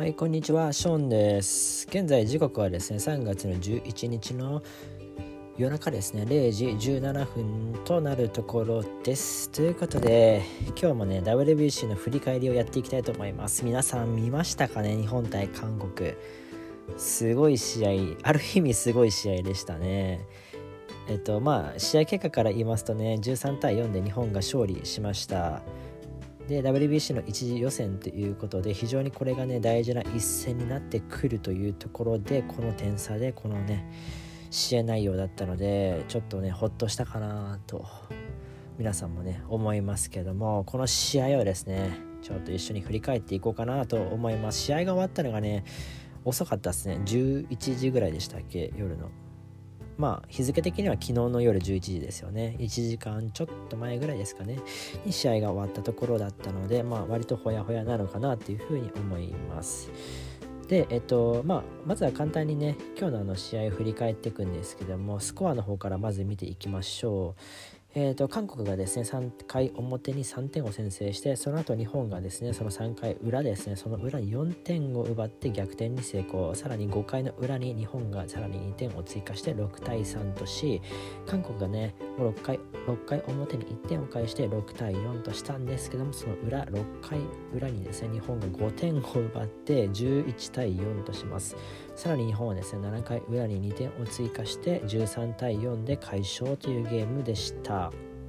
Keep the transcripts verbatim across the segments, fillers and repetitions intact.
はい、こんにちは、ショーンです。現在時刻はですね、さんがつのじゅういちにちの夜中ですね、れいじじゅうななふんとなるところです。ということで、今日もね ダブリュービーシー の振り返りをやっていきたいと思います。皆さん見ましたかね。日本対韓国、すごい試合、ある意味すごい試合でしたね。えっとまあ試合結果から言いますとね、じゅうさんたいよんで日本が勝利しました。で ダブリュービーシー の一次予選ということで、非常にこれがね大事な一戦になってくるというところで、この点差でこのね試合内容だったので、ちょっとねほっとしたかなと皆さんもね思いますけども、この試合をですねちょっと一緒に振り返っていこうかなと思います。試合が終わったのがね遅かったですね。じゅういちじぐらいでしたっけ、夜の。まあ日付的には昨日の夜じゅういちじですよね。いちじかんちょっと前ぐらいですかねに試合が終わったところだったので、まあ割とほやほやなのかなというふうに思います。でえっとまあまずは簡単にね今日のあの試合を振り返っていくんですけども、スコアの方からまず見ていきましょう。えーと韓国がですねさんかい表にさんてんを先制して、その後日本がですねそのさんかい裏ですね、その裏によんてんを奪って逆転に成功。さらにごかいの裏に日本がさらににてんを追加してろくたいさんとし、韓国がねろっかいろっかい表にいってんを返してろくたいよんとしたんですけども、その裏ろっかい裏にですね日本がごてんを奪ってじゅういちたいよんとします。さらに日本はですねななかい裏ににてんを追加してじゅうさんたいよんで快勝というゲームでした。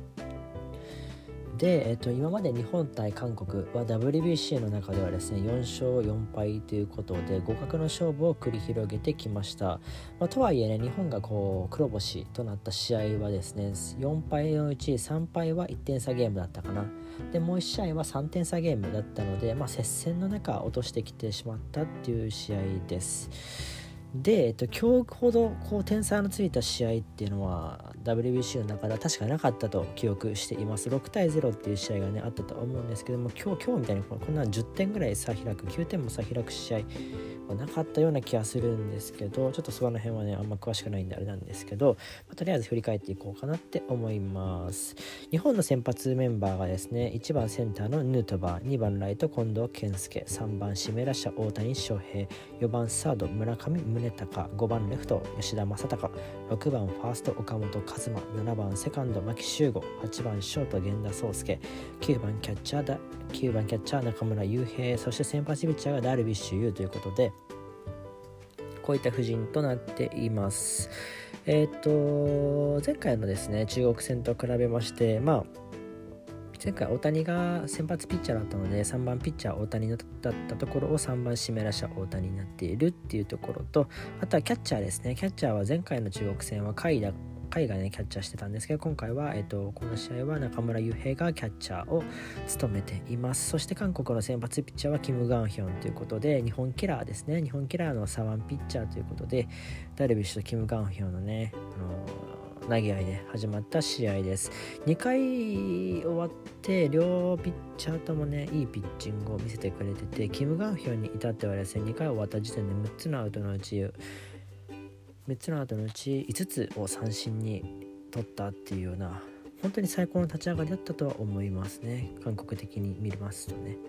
で、えっと、今まで日本対韓国は ダブリュービーシー の中ではですねよんしょうよんぱいということで互角の勝負を繰り広げてきました。まあ、とはいえね日本がこう黒星となった試合はですねよんぱいのうちさんぱいはいってんさゲームだったかな。でもういち試合はさんてんさゲームだったので、まあ、接戦の中落としてきてしまったっていう試合です。で、えっと、今日ほどこう点差のついた試合っていうのは ダブリュービーシー の中では確かなかったと記憶しています。ろくたいゼロっていう試合がねあったと思うんですけども、今日今日みたいにこんなじゅってんぐらい差開く、きゅうてんも差開く試合はなかったような気がするんですけど、ちょっとそこの辺はねあんま詳しくないんであれなんですけど、まあ、とりあえず振り返っていこうかなって思います。日本の先発メンバーがですね、いちばんセンターのヌートバー、にばんライト近藤健介、さんばん指名打者大谷翔平、よばんサード村上宗隆、ごばんレフト吉田正尚、ろくばんファースト岡本和真、ななばんセカンド牧秀悟、はちばんショート源田壮亮、きゅうばんキャッチャーだきゅうばんキャッチャー中村悠平、そして先発ピッチャーがダルビッシュ有ということで、こういった布陣となっています。えっと前回のですね中国戦と比べまして、まあ前回大谷が先発ピッチャーだったのでさんばんピッチャー大谷だったところをさんばん指名打者大谷になっているっていうところと、あとはキャッチャーですね。キャッチャーは前回の中国戦は甲斐だ甲斐がねキャッチャーしてたんですけど、今回は、えっと、この試合は中村悠平がキャッチャーを務めています。そして韓国の先発ピッチャーはキム・ガンヒョンということで、日本キラーですね。日本キラーの左腕ピッチャーということで、ダルビッシュとキム・ガンヒョンのね、あのー投げ合いで始まった試合です。にかい終わって両ピッチャーともねいいピッチングを見せてくれてて、キム・ガンヒョンに至ってはですねにかい終わった時点でむっつのアウトのうちみっつのアウトのうちいつつを三振に取ったっていうような本当に最高の立ち上がりだったとは思いますね。韓国的に見ますとね。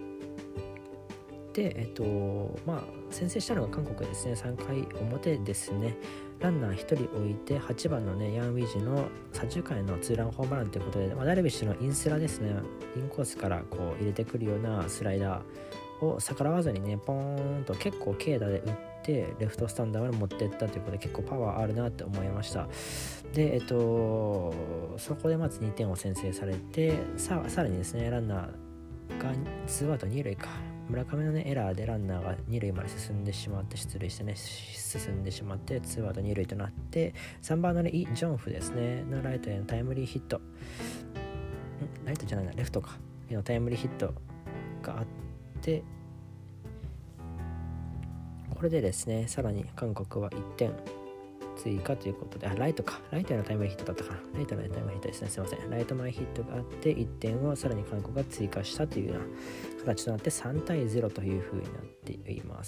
でえっとまあ先制したのが韓国ですね。さんかい表ですね。ランナーひとり置いてはちばんのねヤン・ウィジの左中間へのツーランホームランということで、まあ、ダルビッシュのインスラですね、インコースからこう入れてくるようなスライダーを逆らわずにねポーンと結構軽打で打ってレフトスタンドまで持っていったということで、結構パワーあるなって思いました。でえっとそこでまずにてんを先制されて、さ, さらにですねランナーがツーアウトに塁か、村上のねエラーでランナーがに塁まで進んでしまって出塁してね進んでしまってツーアウトに塁となって、さんばんのねイ・ジョンフですねのライトへのタイムリーヒット、んライトじゃないなレフトかへのタイムリーヒットがあって、これでですねさらに韓国はいってん追加ということで、あライトかライトへのタイムリーヒットだったかなライトのタイムリーヒットですねすいませんライト前ヒットがあっていってんをさらに韓国が追加したというような形となってさんたいゼロという風になっています。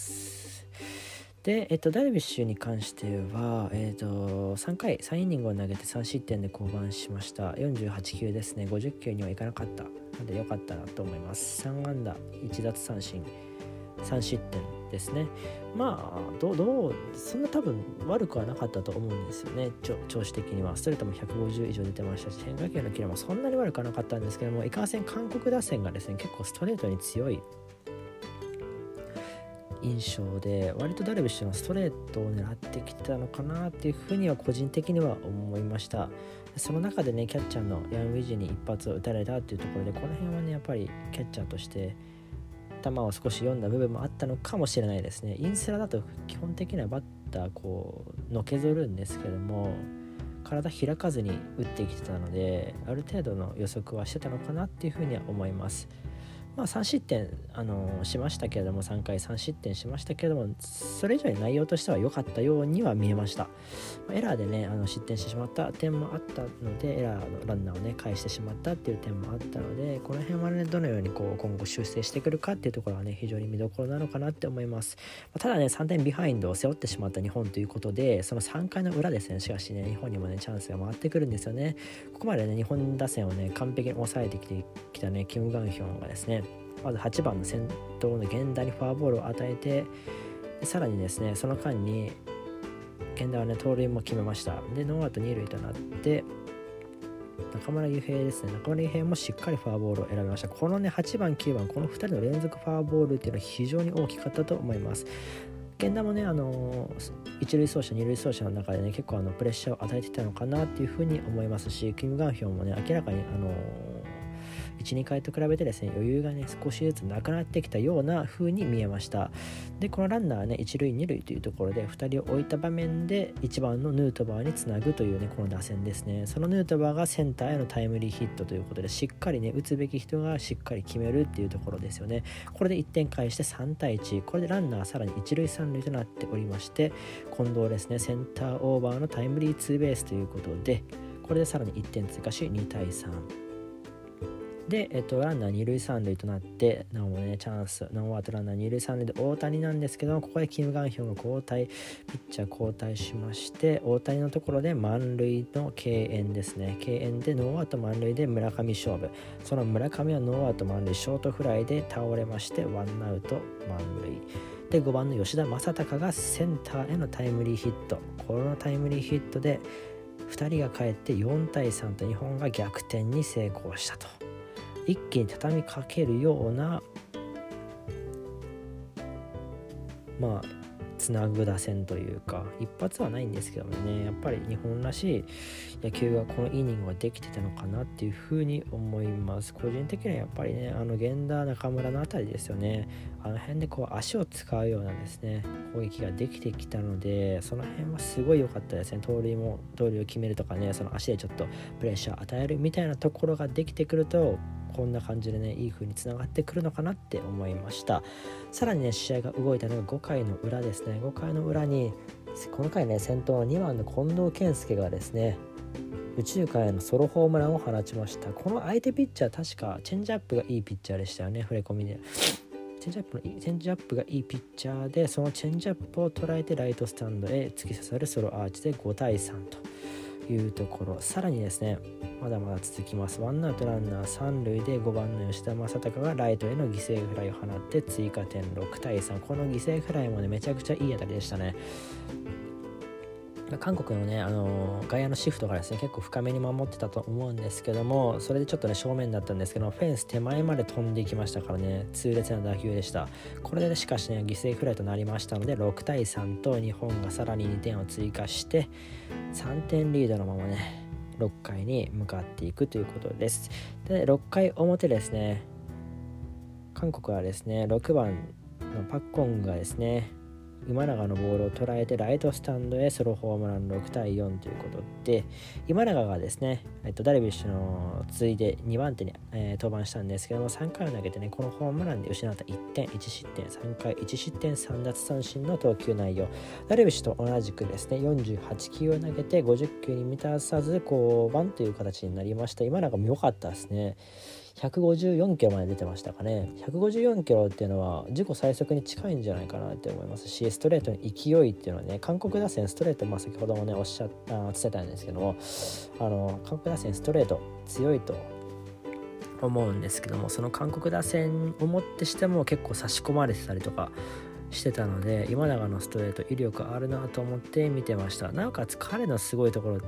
で、えっと、ダルビッシュに関しては、えっと、さんかいさんイニングを投げてさん失点で降板しました。よんじゅうはちきゅうですね。ごじゅっきゅうにはいかなかったので良かったなと思います。さん安打いち奪三振さん失点ですね。まあどうどうそんな多分悪くはなかったと思うんですよね。調子的にはストレートもひゃくごじゅう以上出てましたし、変化球のキレもそんなに悪くはなかったんですけども、いかんせん韓国打線がですね結構ストレートに強い印象で、割とダルビッシュのストレートを狙ってきたのかなっていうふうには個人的には思いました。その中でねキャッチャーのヤン・ウィジに一発を打たれたっていうところで、この辺はねやっぱりキャッチャーとして球を少し読んだ部分もあったのかもしれないですね。インスラだと基本的にはバッターこうのけぞるんですけども、体開かずに打ってきてたので、ある程度の予測はしてたのかなっていうふうには思います。まあ、さん失点あのしましたけれども、さんかいさん失点しましたけれども、それ以上に内容としては良かったようには見えました。エラーでねあの失点してしまった点もあったので、エラーのランナーをね返してしまったっていう点もあったので、この辺はねどのようにこう今後修正してくるかっていうところはね非常に見どころなのかなって思います。ただねさんてんビハインドを背負ってしまった日本ということで、そのさんかいの裏ですね、しかしね日本にもねチャンスが回ってくるんですよね。ここまでね日本打線をね完璧に抑えてきてきたねキム・ガンヒョンがですね、まずはちばんの先頭の源田にフォアボールを与えて、でさらにですねその間に源田はね盗塁も決めました。でノーアウトに塁となって、中村悠平ですね中村悠平もしっかりフォアボールを選びました。このねはちばんきゅうばんこのふたりの連続フォアボールっていうのは非常に大きかったと思います。源田もねあの一塁走者二塁走者の中でね結構あのプレッシャーを与えていたのかなっていうふうに思いますし、キム・ガンヒョンもね明らかにあのいち、にかいと比べてですね余裕がね少しずつなくなってきたような風に見えました。でこのランナーはね一塁二塁というところでふたりを置いた場面でいちばんのヌートバーにつなぐというねこの打線ですね。そのヌートバーがセンターへのタイムリーヒットということで、しっかりね打つべき人がしっかり決めるっていうところですよね。これでいってん返してさんたいいち、これでランナーさらに一塁三塁となっておりまして、近藤ですねセンターオーバーのタイムリーツーベースということで、これでさらにいってん追加しにたいさんで、えっと、ランナー二塁三塁となって、なおもねチャンスノーアウトランナー二塁三塁で大谷なんですけども、ここでキム・ガンヒョンが交代ピッチャー交代しまして、大谷のところで満塁の敬遠ですね。敬遠でノーアウト満塁で村上勝負、その村上はノーアウト満塁ショートフライで倒れまして、ワンアウト満塁でごばんの吉田正尚がセンターへのタイムリーヒット、このタイムリーヒットでふたりが帰ってよんたいさんと日本が逆転に成功したと、一気に畳みかけるようなまあつなぐ打線というか、一発はないんですけどもね、やっぱり日本らしい野球がこのイニングはできてたのかなっていうふうに思います。個人的にはやっぱりねあの源田中村のあたりですよね、あの辺でこう足を使うようなですね攻撃ができてきたので、その辺はすごい良かったですね。盗塁も盗塁を決めるとかね、その足でちょっとプレッシャーを与えるみたいなところができてくると、こんな感じでねいい風につながってくるのかなって思いました。さらにね試合が動いたのがごかいの裏ですね。ごかいの裏にこの回ね先頭のにばんの近藤健介がですね右中間へのソロホームランを放ちました。この相手ピッチャー確かチェンジアップがいいピッチャーでしたよね。触れ込みでチェンジアップのチェンジアップがいいピッチャーで、そのチェンジアップを捉えてライトスタンドへ突き刺さるソロアーチでごたいさんというところ。さらにですねまだまだ続きます。ワンアウトランナー三塁でごばんの吉田正尚がライトへの犠牲フライを放って追加点ろくたいさん。この犠牲フライもねめちゃくちゃいい当たりでしたね。韓国のね、あのー、外野のシフトがですね結構深めに守ってたと思うんですけども、それでちょっとね正面だったんですけどフェンス手前まで飛んでいきましたからね、痛烈な打球でした。これで、ね、しかしね犠牲フライとなりましたのでろくたいさんと日本がさらににてんを追加してさんてんリードのままねろっかいに向かっていくということです。でろっかい表ですね、韓国はですねろくばんのパク・コンがですね今永のボールを捉えてライトスタンドへソロホームランろくたいよんということで、今永がですね、えっと、ダルビッシュの続いてにばん手に、えー、登板したんですけども、さんかいを投げてねこのホームランで失ったいってんいち失点さんかいいち失点さん奪三振の投球内容、ダルビッシュと同じくですねよんじゅうはちきゅうを投げてごじゅっきゅうに満たさず降板という形になりました。今永も良かったですね。ひゃくごじゅうよんキロまで出てましたかね。ひゃくごじゅうよんキロっていうのは自己最速に近いんじゃないかなって思いますし、ストレートの勢いっていうのはね、韓国打線ストレート、まあ、先ほどもねおっしゃった伝えたんですけども、あの韓国打線ストレート強いと思うんですけども、その韓国打線をもってしても結構差し込まれてたりとかしてたので、今永のストレート威力あるなと思って見てました。なおかつ彼のすごいところって、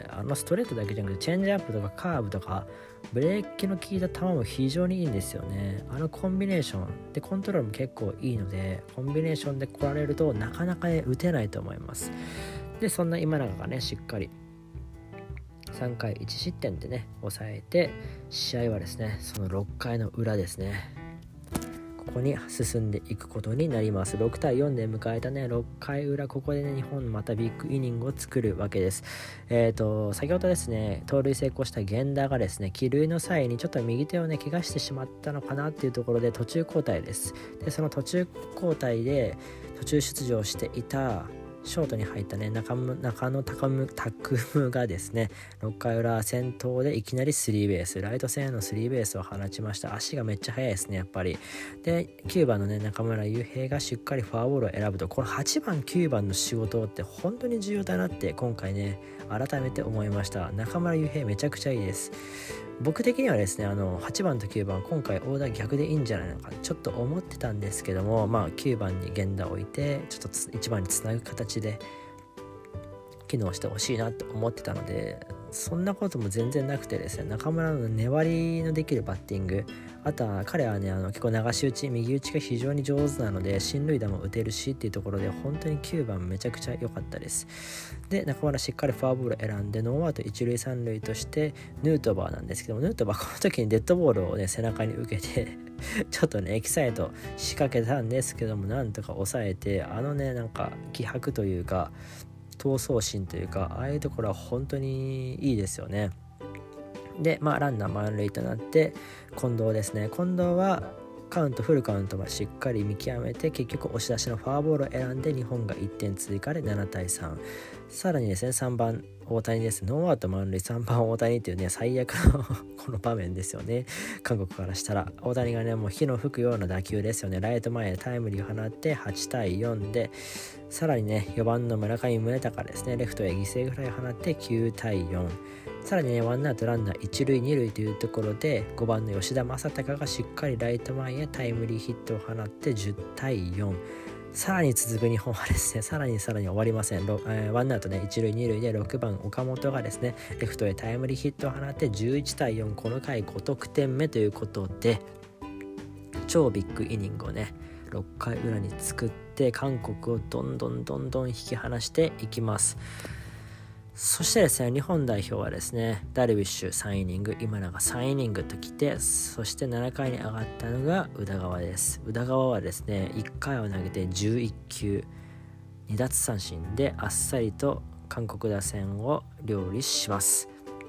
あのストレートだけじゃなくてチェンジアップとかカーブとかブレーキの効いた球も非常にいいんですよね。あのコンビネーションでコントロールも結構いいので、コンビネーションで来られるとなかなかね打てないと思います。でそんな今永がねしっかりさんかいいち失点でね抑えて、試合はですねそのろっかいの裏ですね、ここに進んでいくことになります。ろくたいよんで迎えたねろっかい裏、ここでね日本またビッグイニングを作るわけです。えーと先ほどですね盗塁成功した源田がですね帰塁の際にちょっと右手をね怪我してしまったのかなっていうところで途中交代です。でその途中交代で途中出場していたショートに入ったね中野中野拓夢がですねろっかい裏先頭でいきなりスリーベース、ライト線へのスリーベースを放ちました。足がめっちゃ速いですねやっぱり。できゅうばんのね中村悠平がしっかりフォアボールを選ぶと、このはちばんきゅうばんの仕事って本当に重要だなって今回ね改めて思いました。中村悠平めちゃくちゃいいです。僕的にはですねあのはちばんときゅうばん今回オーダー逆でいいんじゃないのかちょっと思ってたんですけども、まあきゅうばんに源田を置いてちょっといちばんにつなぐ形で機能してほしいなと思ってたので、そんなことも全然なくてですね、中村の粘りのできるバッティング、あとは彼はねあの結構流し打ち右打ちが非常に上手なので進塁打も打てるしっていうところで本当にきゅうばんめちゃくちゃ良かったです。で中村しっかりフォアボールを選んでノーアウト一塁三塁としてヌートバーなんですけども、ヌートバーこの時にデッドボールをね背中に受けてちょっとねエキサイト仕掛けたんですけども、なんとか抑えて、あのねなんか気迫というか闘争心というかああいうところは本当にいいですよね。でまあランナー満塁となって近藤ですね、近藤はカウントフルカウントまでしっかり見極めて結局押し出しのフォアボールを選んで日本がいってん追加でななたいさん、さらにですねさんばん大谷です。ノーアウト満塁さんばん大谷っていうね最悪のこの場面ですよね。韓国からしたら大谷がねもう火の吹くような打球ですよね。ライト前でタイムリーを放ってはちたいよんで、さらにねよばんの村上宗隆ですねレフトへ犠牲フライを放ってきゅうたいよん、さらにねワンアウトランナー一塁二塁というところでごばんの吉田正尚がしっかりライト前へタイムリーヒットを放ってじゅったいよん、さらに続く日本はですねさらにさらに終わりません。えー、ワンアウトね一塁二塁でろくばん岡本がですねレフトへタイムリーヒットを放ってじゅういちたいよん、この回ご得点目ということで超ビッグイニングをねろっかい裏に作って韓国をどんどんどんどん引き離していきます。そしてですね日本代表はですねダルビッシュさんイニング、今永さんイニングときて、そしてななかいに上がったのが宇田川です。宇田川はですねいっかいを投げてじゅういっきゅうに奪三振であっさりと韓国打線を料理します。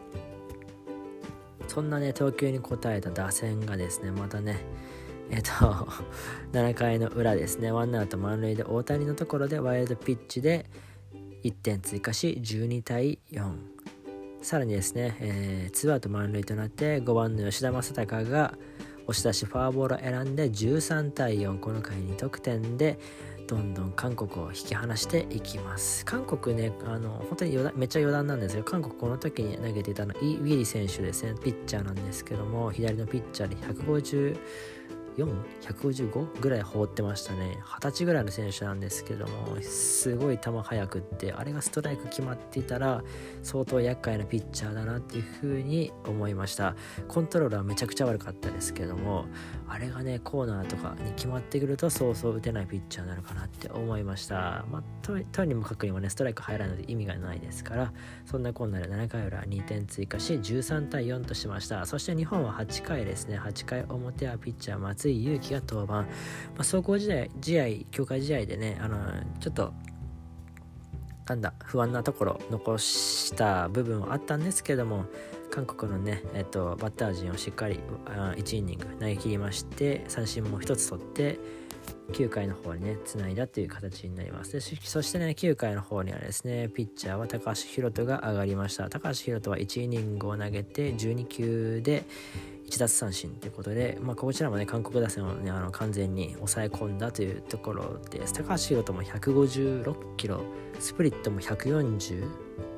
そんなね投球に応えた打線がですねまたねえっとななかいの裏ですねワンアウト満塁で大谷のところでワイルドピッチでいってん追加しじゅうにたいよん、さらにですね、えー、ツーアウト満塁となってごばんの吉田正尚が押し出しフォアボールを選んでじゅうさんたいよん、この回に得点でどんどん韓国を引き離していきます。韓国ねあの本当に余談めっちゃ余談なんですよ。韓国この時に投げていたのイ・ウィリ選手ですね、ピッチャーなんですけども、左のピッチャーでひゃくごじゅうよん、ひゃくごじゅうごぐらい放ってましたね。はたちぐらいの選手なんですけどもすごい球速くって、あれがストライク決まっていたら相当厄介なピッチャーだなっていう風に思いました。コントロールはめちゃくちゃ悪かったですけども、あれがねコーナーとかに決まってくるとそうそう打てないピッチャーになるかなって思いました。まあと, とにもかくにもねストライク入らないので意味がないですから、そんなこんなでななかい裏にてん追加しじゅうさんたいよんとしました。そして日本ははちかいですね、はちかい表はピッチャー松井裕樹が登板、まあ、壮行試合試合強化試合でねあのちょっとなんだ不安なところ残した部分はあったんですけども、韓国のね、えっと、バッター陣をしっかりいちイニング投げ切りまして、三振もひとつ取ってきゅうかいの方にねつないだという形になります。でそしてねきゅうかいの方にはですねピッチャーは高橋宏斗が上がりました。高橋宏斗はいちイニングを投げてじゅうにきゅうでいち奪三振ということで、まあ、こちらもね韓国打線を、ね、あの完全に抑え込んだというところです。高橋宏斗もひゃくごじゅうろっキロ、スプリットもひゃくよんじゅう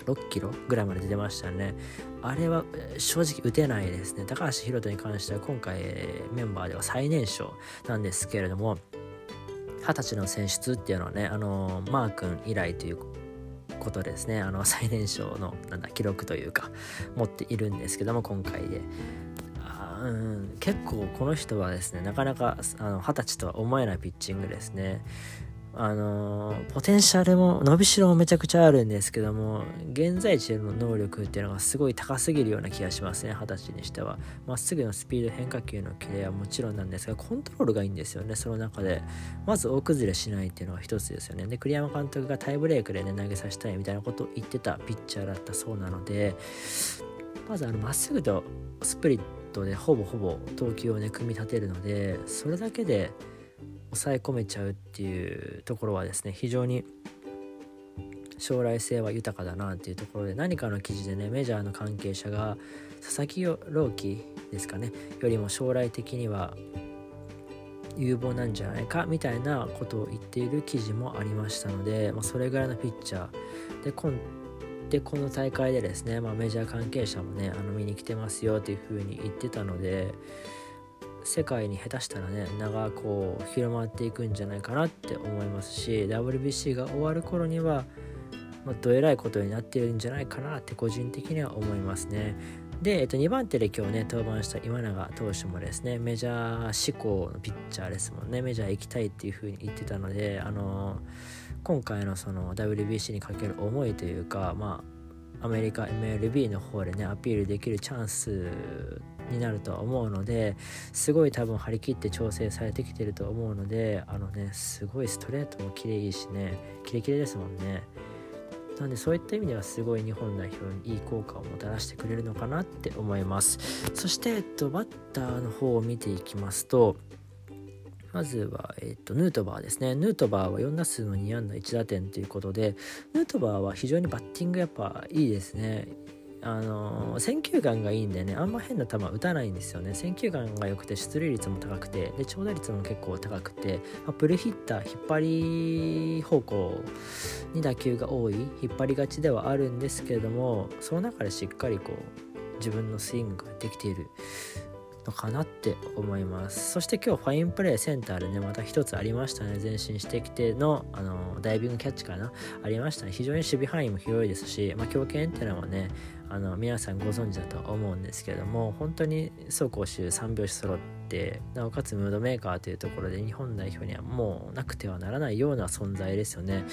ろっキロぐらいまで出てましたね。あれは正直打てないですね。高橋宏斗に関しては今回メンバーでは最年少なんですけれども、はたちの選出っていうのはね、あのマー君以来ということですね。あの最年少のなんだ記録というか持っているんですけども、今回であ、うん、結構この人はですね、なかなかあのはたちとは思えないピッチングですね。あのポテンシャルも伸びしろもめちゃくちゃあるんですけども、現在地での能力っていうのがすごい高すぎるような気がしますね。はたちにしてはまっすぐのスピード、変化球のキレはもちろんなんですが、コントロールがいいんですよね。その中でまず大崩れしないっていうのが一つですよね。で栗山監督がタイブレークでね投げさせたいみたいなことを言ってたピッチャーだったそうなので、まずあのまっすぐとスプリットでほぼほぼ投球をね組み立てるので、それだけで抑え込めちゃうっていうところはですね、非常に将来性は豊かだなっていうところで、何かの記事でねメジャーの関係者が佐々木朗希ですかねよりも将来的には有望なんじゃないかみたいなことを言っている記事もありましたので、まあ、それぐらいのピッチャーで今でこの大会でですね、まあ、メジャー関係者もねあの見に来てますよっていう風に言ってたので、世界に下手したらね名がこう広まっていくんじゃないかなって思いますし、 ダブリュービーシー が終わる頃には、まあ、どえらいことになってるんじゃないかなって個人的には思いますね。で、えっと、にばん手で今日ね登板した今永投手もですねメジャー志向のピッチャーですもんね。メジャー行きたいっていう風に言ってたので、あのー、今回のその ダブリュービーシー にかける思いというか、まあアメリカ エムエルビー の方でねアピールできるチャンスになるとは思うので、すごい多分張り切って調整されてきてると思うので、あのねすごいストレートも綺麗いいしね、キレキレですもんね。なんでそういった意味ではすごい日本代表にいい効果をもたらしてくれるのかなって思います。そして、えっと、バッターの方を見ていきますと、まずは、えー、とヌートバーですね。ヌートバーはよん打数のに安打いち打点ということで、ヌートバーは非常にバッティングやっぱいいですね。あのー、選球眼がいいんでね、あんま変な球打たないんですよね。選球眼が良くて出塁率も高くて、で長打率も結構高くて、まあ、プルヒッター引っ張り方向に打球が多い引っ張りがちではあるんですけれども、その中でしっかりこう自分のスイングができているのかなって思います。そして今日ファインプレーセンターでねまた一つありましたね。前進してきての、あのダイビングキャッチかなありましたね。非常に守備範囲も広いですし、まあ、強肩っていうのはねあの皆さんご存知だと思うんですけれども、本当に走攻守三拍子揃ってなおかつムードメーカーというところで日本代表にはもうなくてはならないような存在ですよね。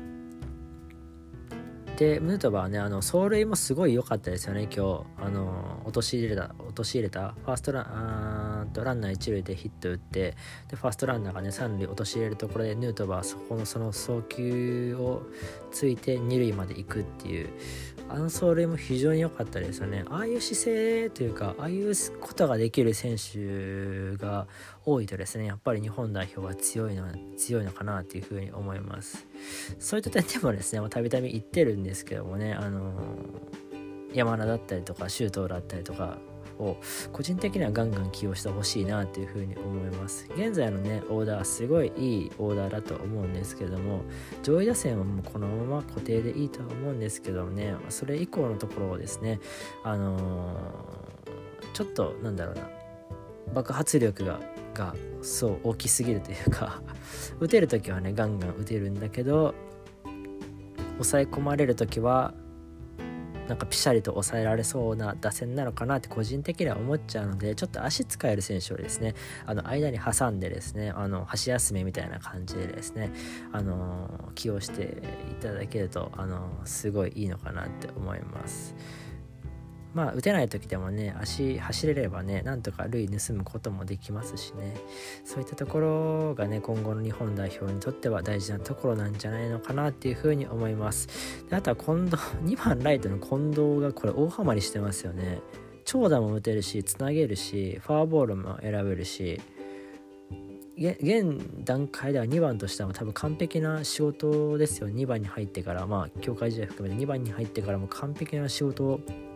でヌートバーはねあの走塁もすごい良かったですよね。今日あの落とし入れた落とし入れたファーストランあーとランナー一塁でヒット打って、でファーストランナーがね三塁落とし入れるところでヌートバーはそこのその送球をついて二塁まで行くっていう、あの走塁も非常に良かったですよね。ああいう姿勢というかああいうことができる選手が多いとですね、やっぱり日本代表は強いの強いのかなっていうふうに思います。そういった点でもですねたびたび言ってるんですけどもね、あの山田だったりとか周東だったりとかを個人的にはガンガン起用してほしいなっていうふうに思います。現在のねオーダーすごいいいオーダーだと思うんですけども、上位打線はもうこのまま固定でいいとは思うんですけどもね、それ以降のところをですねあのー、ちょっとなんだろうな爆発力ががそう大きすぎるというか打てるときはねガンガン打てるんだけど、抑え込まれるときはなんかピシャリと抑えられそうな打線なのかなって個人的には思っちゃうので、ちょっと足使える選手をですねあの間に挟んでですねあの箸休めみたいな感じでですねあの起用していただけるとあのすごいいいのかなって思います。まあ打てない時でもね足走れればねなんとか塁盗むこともできますしね、そういったところがね今後の日本代表にとっては大事なところなんじゃないのかなっていうふうに思います。であとは近藤にばんライトの近藤がこれ大ハマりしてますよね。長打も打てるしつなげるしフォアボールも選べるし、現段階ではにばんとしては多分完璧な仕事ですよ。にばんに入ってからまあ強化試合含めてにばんに入ってからも完璧な仕事を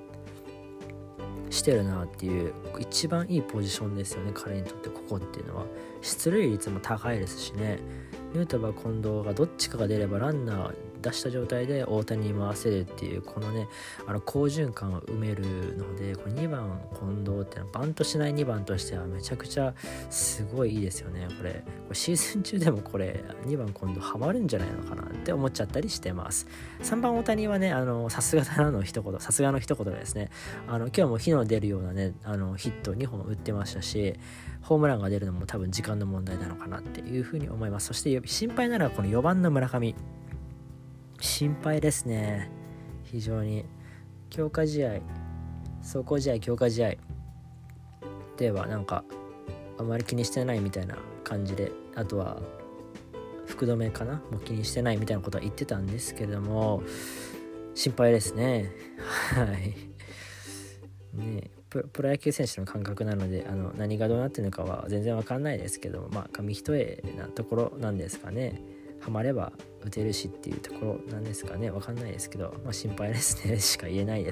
してるなっていう一番いいポジションですよね彼にとって。ここっていうのは出塁率も高いですしね、ヌートバー近藤がどっちかが出ればランナー出した状態で大谷に回せるっていうこのねあの好循環を埋めるので、これにばん近藤ってのはバントしないにばんとしてはめちゃくちゃすごいいいですよね。これこれシーズン中でもこれにばん近藤ハマるんじゃないのかなって思っちゃったりしてます。さんばん大谷はねあのさすがだなの一言さすがの一言ですね。あの今日も火の出るようなねあのヒットにほん打ってましたし、ホームランが出るのも多分時間の問題なのかなっていうふうに思います。そして心配なのはこのよばんの村上、心配ですね。非常に強化試合壮行試合強化試合ではなんかあまり気にしてないみたいな感じで、あとは福留かなもう気にしてないみたいなことは言ってたんですけれども、心配ですね。はいね、プ, プロ野球選手の感覚なのであの何がどうなってるのかは全然わかんないですけども、まあ紙一重なところなんですかね。ハマれば打てるしっていうところなんですかね。わかんないですけど、まあ、心配ですねしか言えないです。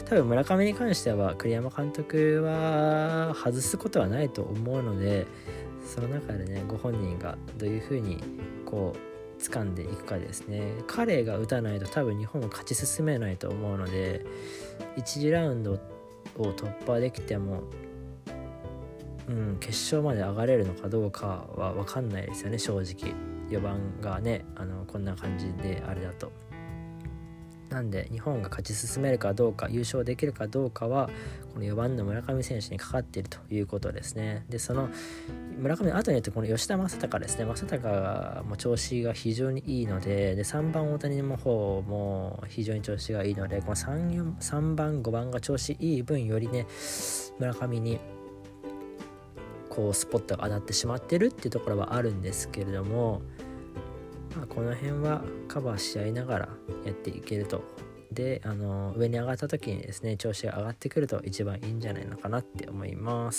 多分村上に関しては栗山監督は外すことはないと思うので、その中でねご本人がどういうふうにこう掴んでいくかですね。彼が打たないと多分日本を勝ち進めないと思うので、いち次ラウンドを突破できても、うん、決勝まで上がれるのかどうかは分かんないですよね正直。よばんがねあのこんな感じであれだと、なんで日本が勝ち進めるかどうか優勝できるかどうかはこのよばんの村上選手にかかっているということですね。でその村上の後によってこの吉田正尚ですね、正尚も調子が非常にいいので、でさんばん大谷の方も非常に調子がいいので、この 3, 4 さんばんごばんが調子いい分よりね村上にこうスポットが当たってしまってるっていうところはあるんですけれども、まあ、この辺はカバーし合いながらやっていけると。であの上に上がった時にですね調子が上がってくると一番いいんじゃないのかなって思います。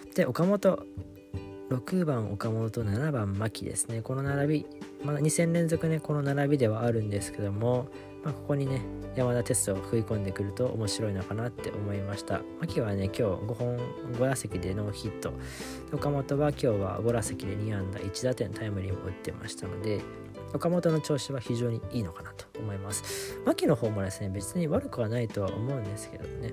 で岡本ろくばん岡本とななばん牧ですね。この並び、まだに戦連続ねこの並びではあるんですけども、まあ、ここにね山田哲人を食い込んでくると面白いのかなって思いました。牧はね今日ごほんご打席でノーヒット、岡本は今日はご打席でに安打いち打点タイムリーも打ってましたので、岡本の調子は非常にいいのかなと思います。牧の方もですね別に悪くはないとは思うんですけどね、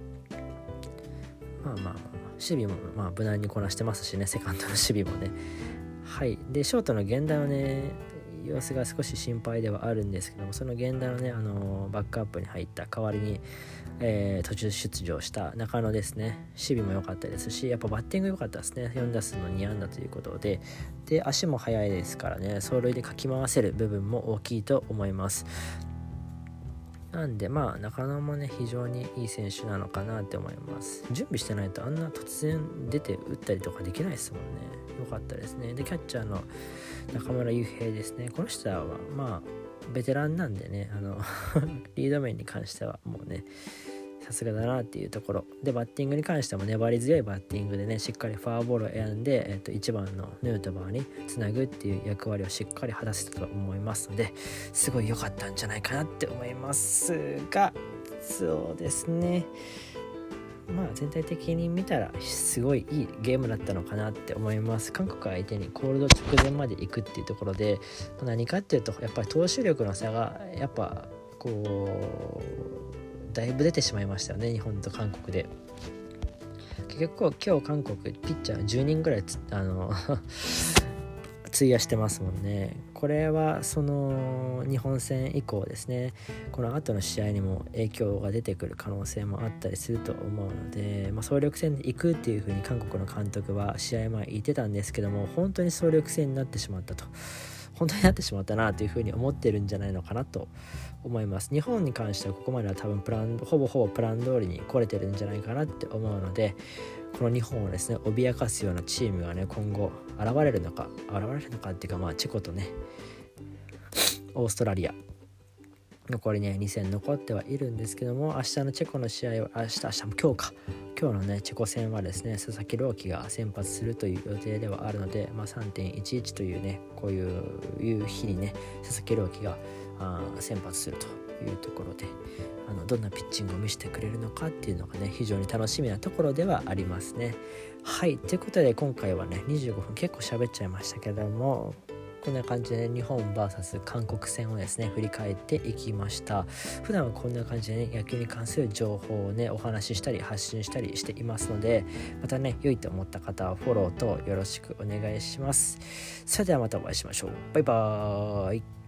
まあまあまあ守備もまあ無難にこなしてますしね、セカンドの守備もね。はいでショートの源田のね様子が少し心配ではあるんですけども、その源田のねあのバックアップに入った代わりに、えー、途中出場した中野ですね、守備も良かったですしやっぱバッティング良かったですね。よん打数のに安打ということで、で足も速いですからね走塁でかき回せる部分も大きいと思います。なんでまあ中野もね非常にいい選手なのかなって思います。準備してないとあんな突然出て打ったりとかできないですもんね。良かったですね。でキャッチャーの中村悠平ですね、この人はまあベテランなんでねあのリード面に関してはもうねさすがだなっていうところで、バッティングに関しても粘り強いバッティングでねしっかりフォアボールを選んで、えー、といちばんのヌートバーにつなぐっていう役割をしっかり果たせたと思いますので、すごい良かったんじゃないかなって思いますが、そうですねまあ全体的に見たらすごいいいゲームだったのかなって思います。韓国相手にコールド直前まで行くっていうところで、何かっていうとやっぱり投手力の差がやっぱこうだいぶ出てしまいましたよね、日本と韓国で。結局今日韓国ピッチャーじゅうにんぐらいつあの費やしてますもんね。これはその日本戦以降ですね、この後の試合にも影響が出てくる可能性もあったりすると思うので、まあ、総力戦で行くっていう風に韓国の監督は試合前言ってたんですけども、本当に総力戦になってしまったと本当になってしまったなという風に思ってるんじゃないのかなと思います。日本に関してはここまでは多分プランほぼほぼプラン通りに来れてるんじゃないかなって思うので、この日本をですね脅かすようなチームがね今後現れるのか現れるのかっていうか、まあチェコとねオーストラリア残りねに戦残ってはいるんですけども、明日のチェコの試合は明日明日も今日か今日のねチェコ戦はですね佐々木朗希が先発するという予定ではあるので、まあ、さんてんいちいち というねこういういう日にね佐々木朗希があ先発するというところで、あのどんなピッチングを見せてくれるのかっていうのがね非常に楽しみなところではありますね。はいということで今回はねにじゅうごふん結構喋っちゃいましたけども、 こんな感じで、ね、日本 ブイエス 韓国戦をですね振り返っていきました。普段はこんな感じでね野球に関する情報をねお話ししたり発信したりしていますので、またね良いと思った方はフォローとよろしくお願いします。それではまたお会いしましょう。バイバーイ。